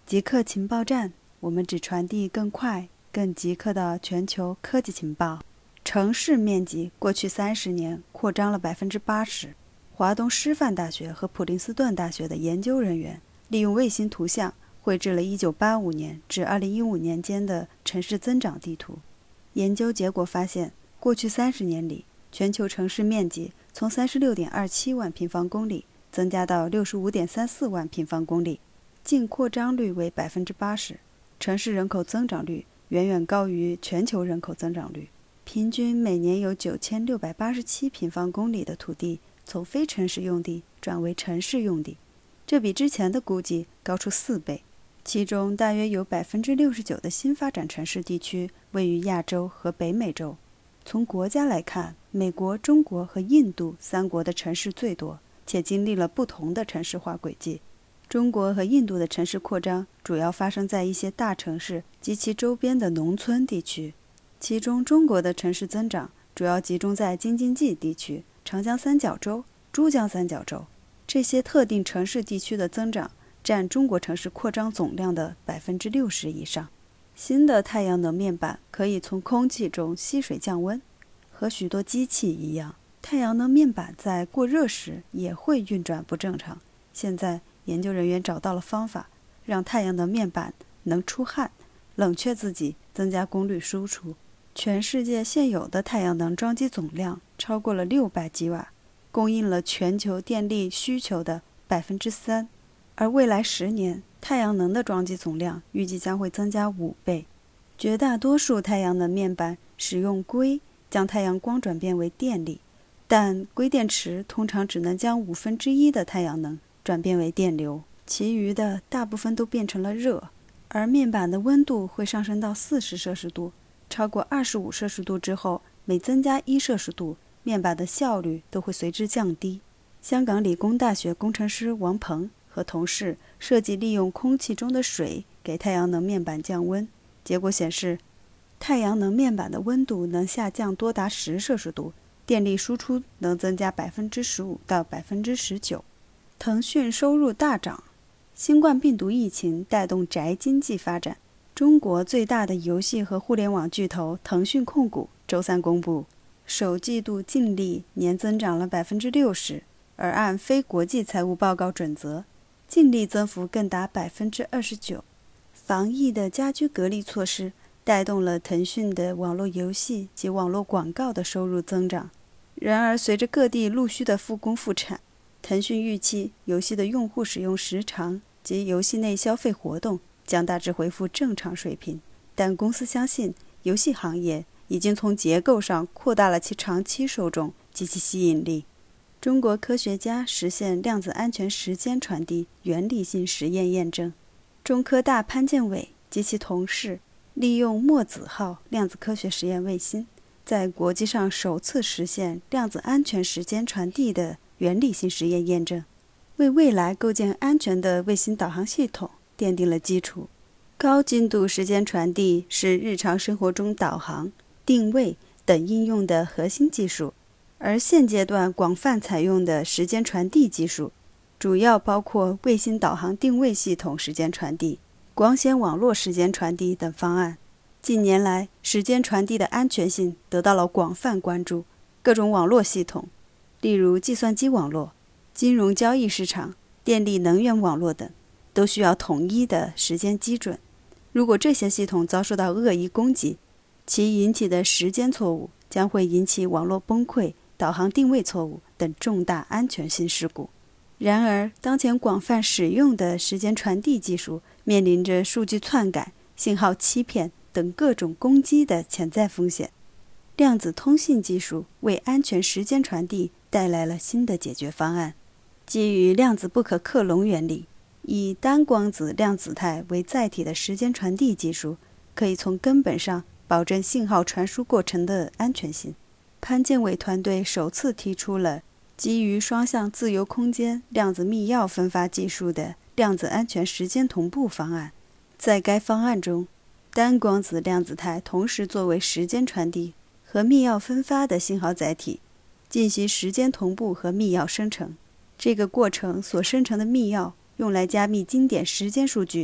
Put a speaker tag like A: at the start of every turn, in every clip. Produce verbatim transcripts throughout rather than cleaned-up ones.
A: 极客情报站，我们只传递更快、更极客的全球科技情报。城市面积过去三十年扩张了百分之八十。华东师范大学和普林斯顿大学的研究人员利用卫星图像绘制了一九八五年至二零一五年间的城市增长地图。研究结果发现，过去三十年里，全球城市面积从三十六点二七万平方公里增加到六十五点三四万平方公里，净扩张率为百分之八十。城市人口增长率远远高于全球人口增长率。平均每年有九千六百八十七平方公里的土地从非城市用地转为城市用地，这比之前的估计高出四倍。其中大约有百分之六十九的新发展城市地区位于亚洲和北美洲。从国家来看，美国、中国和印度三国的城市最多，且经历了不同的城市化轨迹。中国和印度的城市扩张主要发生在一些大城市及其周边的农村地区，其中中国的城市增长主要集中在京津冀地区、长江三角洲、珠江三角洲。这些特定城市地区的增长占中国城市扩张总量的百分之六十以上。新的太阳能面板可以从空气中吸水降温，和许多机器一样，太阳能面板在过热时也会运转不正常。现在研究人员找到了方法，让太阳能面板能出汗，冷却自己，增加功率输出。全世界现有的太阳能装机总量超过了六百吉瓦，供应了全球电力需求的百分之三。而未来十年，太阳能的装机总量预计将会增加五倍。绝大多数太阳能面板使用硅将太阳光转变为电力，但硅电池通常只能将五分之一的太阳能转变为电流，其余的大部分都变成了热。而面板的温度会上升到四十摄氏度，超过二十五摄氏度之后，每增加一摄氏度，面板的效率都会随之降低。香港理工大学工程师王鹏和同事设计利用空气中的水给太阳能面板降温，结果显示，太阳能面板的温度能下降多达十摄氏度，电力输出能增加百分之十五到百分之十九。腾讯收入大涨，新冠病毒疫情带动宅经济发展。中国最大的游戏和互联网巨头腾讯控股周三公布，首季度净利年增长了百分之六十，而按非国际财务报告准则，净利增幅更达百分之二十九。防疫的家居隔离措施带动了腾讯的网络游戏及网络广告的收入增长。然而，随着各地陆续的复工复产，腾讯预期游戏的用户使用时长及游戏内消费活动将大致恢复正常水平，但公司相信游戏行业已经从结构上扩大了其长期受众及其吸引力。中国科学家实现量子安全时间传递原理性实验验证。中科大潘建伟及其同事利用墨子号量子科学实验卫星，在国际上首次实现量子安全时间传递的原理性实验验证，为未来构建安全的卫星导航系统奠定了基础。高精度时间传递是日常生活中导航、定位等应用的核心技术，而现阶段广泛采用的时间传递技术主要包括卫星导航定位系统时间传递、光纤网络时间传递等方案。近年来，时间传递的安全性得到了广泛关注，各种网络系统，例如计算机网络、金融交易市场、电力能源网络等，都需要统一的时间基准。如果这些系统遭受到恶意攻击，其引起的时间错误将会引起网络崩溃、导航定位错误等重大安全性事故。然而，当前广泛使用的时间传递技术面临着数据篡改、信号欺骗等各种攻击的潜在风险。量子通信技术为安全时间传递带来了新的解决方案。基于量子不可克隆原理，以单光子量子态为载体的时间传递技术，可以从根本上保证信号传输过程的安全性。潘建伟团队首次提出了基于双向自由空间量子密钥分发技术的量子安全时间同步方案。在该方案中，单光子量子态同时作为时间传递和密钥分发的信号载体，进行时间同步和密钥生成。这个过程所生成的密钥用来加密经典时间数据，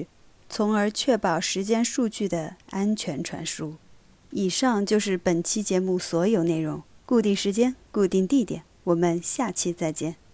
A: 从而确保时间数据的安全传输。以上就是本期节目所有内容，固定时间，固定地点，我们下期再见。